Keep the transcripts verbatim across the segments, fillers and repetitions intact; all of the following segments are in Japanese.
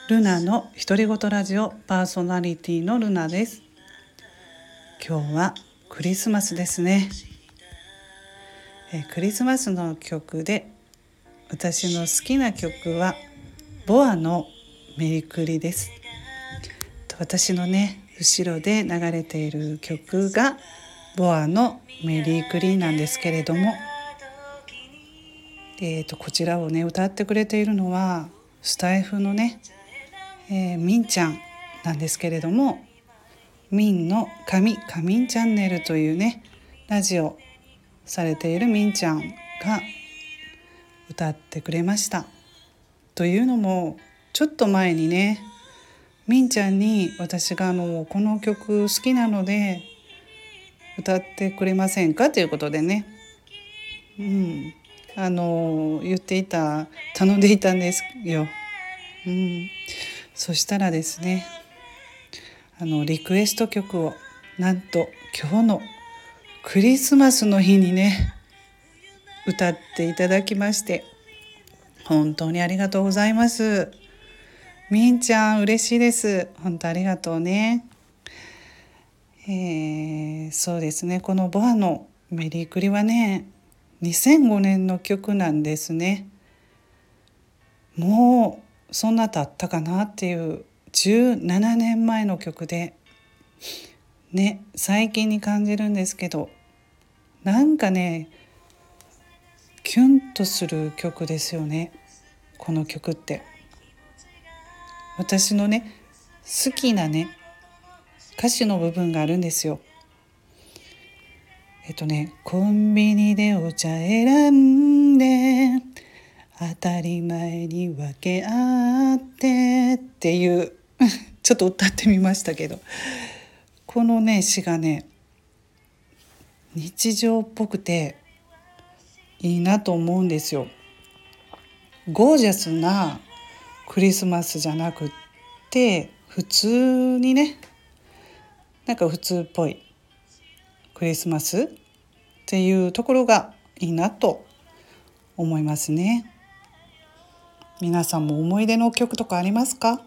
ルナの独り言ラジオパーソナリティのルナです。今日はクリスマスですね。えクリスマスの曲で私の好きな曲はボアのメリクリです。私のね後ろで流れている曲がボアのメリークリなんですけれども、えー、とこちらをね歌ってくれているのはスタイフのね、えー、みんちゃんなんですけれども、みんの神かみんチャンネルというねラジオされているみんちゃんが歌ってくれました。というのもちょっと前にねみんちゃんに私があのこの曲好きなので歌ってくれませんかということでね、うん、あの言っていた頼んでいたんですよ。うん、そしたらですねあのリクエスト曲をなんと今日のクリスマスの日にね歌っていただきまして本当にありがとうございます。みんちゃん嬉しいです。本当ありがとうね。えー、そうですねこのボアのメリークリはねにせんごねんの曲なんですね。もうそんな経ったかなっていうじゅうななねんまえの曲でね最近に感じるんですけど、なんかねキュンとする曲ですよね。この曲って私のね好きなね歌詞の部分があるんですよ。えっとねコンビニでお茶選んで当たり前に分け合ってっていうちょっと歌ってみましたけど、このね詩がね日常っぽくていいなと思うんですよ。ゴージャスなクリスマスじゃなくって普通にねなんか普通っぽいクリスマスっていうところがいいなと思いますね。皆さんも思い出の曲とかありますか？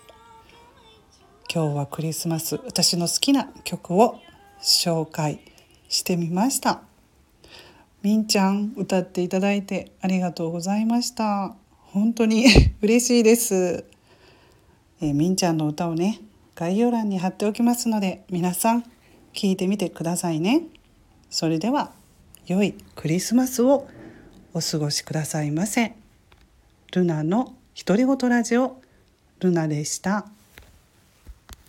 今日はクリスマス私の好きな曲を紹介してみました。みんちゃん歌っていただいてありがとうございました。本当に嬉しいです。えー、みんちゃんの歌をね概要欄に貼っておきますので皆さん聞いてみてくださいね。それでは良いクリスマスをお過ごしくださいませ。ルナの独り言ラジオルナでした。